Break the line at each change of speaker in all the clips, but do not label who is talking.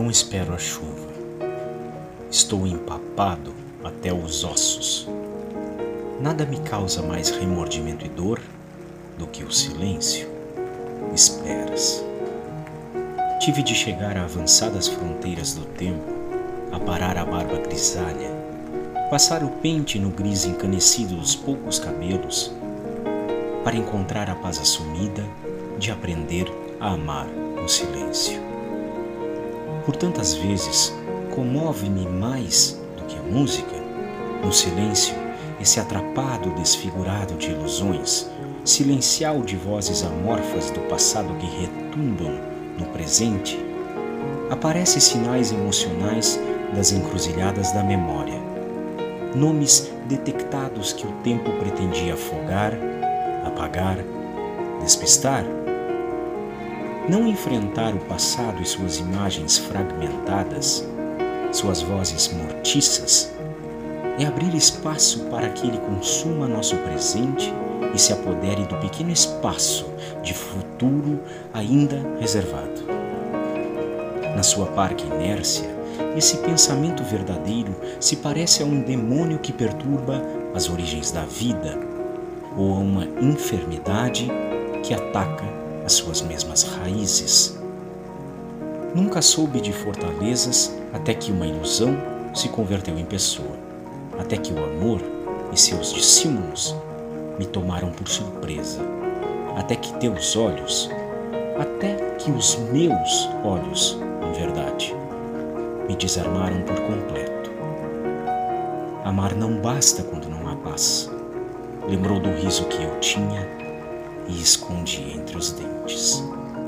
Não espero a chuva. Estou empapado até os ossos. Nada me causa mais remordimento e dor do que o silêncio. Esperas. Tive de chegar a avançadas fronteiras do tempo, aparar a barba grisalha, passar o pente no gris encanecido dos poucos cabelos, para encontrar a paz assumida de aprender a amar o silêncio. Por tantas vezes, comove-me mais do que a música, no silêncio, esse atrapado desfigurado de ilusões, silencial de vozes amorfas do passado que retumbam no presente, aparecem sinais emocionais das encruzilhadas da memória, nomes detectados que o tempo pretendia afogar, apagar, despistar. Não enfrentar o passado e suas imagens fragmentadas, suas vozes mortiças, é abrir espaço para que ele consuma nosso presente e se apodere do pequeno espaço de futuro ainda reservado. Na sua parca inércia, esse pensamento verdadeiro se parece a um demônio que perturba as origens da vida ou a uma enfermidade que ataca as suas mesmas raízes. Nunca soube de fortalezas até que uma ilusão se converteu em pessoa, até que o amor e seus dissimúluos me tomaram por surpresa, até que teus olhos, até que os meus olhos, em verdade, me desarmaram por completo. Amar não basta quando não há paz. Lembrou do riso que eu tinha e escondi entre os dentes.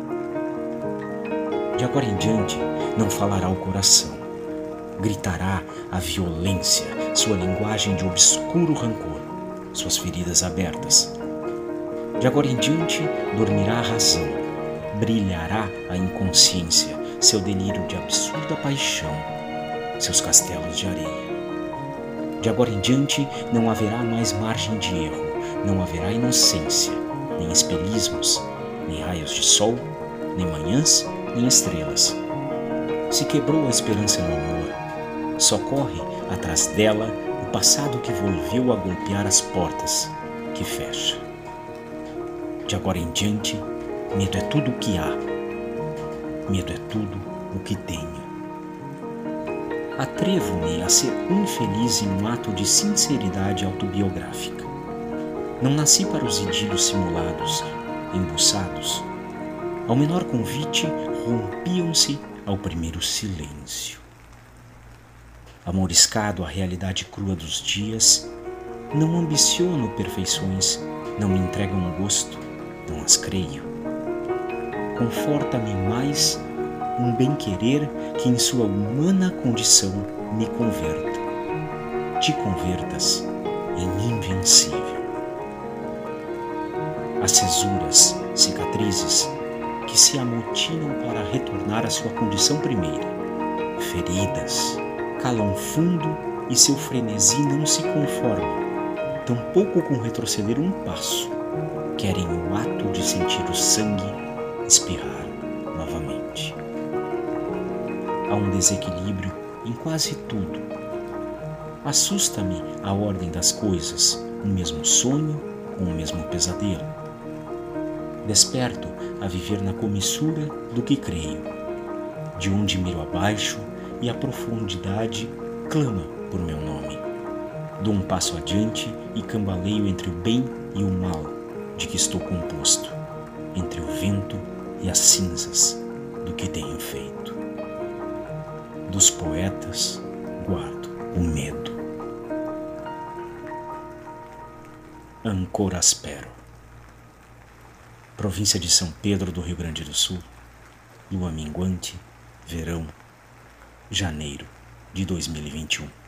De agora em diante, não falará o coração. Gritará a violência, sua linguagem de obscuro rancor, suas feridas abertas. De agora em diante, dormirá a razão, brilhará a inconsciência, seu delírio de absurda paixão, seus castelos de areia. De agora em diante, não haverá mais margem de erro, não haverá inocência, nem espelhismos, nem raios de sol, nem manhãs, nem estrelas. Se quebrou a esperança no amor, socorre atrás dela o passado que volveu a golpear as portas que fecha. De agora em diante, medo é tudo o que há, medo é tudo o que tenho. Atrevo-me a ser infeliz em um ato de sinceridade autobiográfica. Não nasci para os idílios simulados, embuçados. Ao menor convite, rompiam-se ao primeiro silêncio. Amoriscado à realidade crua dos dias, não ambiciono perfeições, não me entregam um gosto, não as creio. Conforta-me mais um bem-querer que em sua humana condição me converta. Te convertas em invencível. As cesuras, cicatrizes, que se amotinam para retornar à sua condição primeira. Feridas, calam fundo e seu frenesi não se conforma, tampouco com retroceder um passo. Querem o ato de sentir o sangue espirrar novamente. Há um desequilíbrio em quase tudo. Assusta-me a ordem das coisas, o mesmo sonho ou o mesmo pesadelo. Desperto a viver na comissura do que creio, de onde miro abaixo e a profundidade clama por meu nome. Dou um passo adiante e cambaleio entre o bem e o mal de que estou composto, entre o vento e as cinzas do que tenho feito. Dos poetas guardo o medo. Ancoraspero, província de São Pedro do Rio Grande do Sul, lua minguante, verão, janeiro de 2021.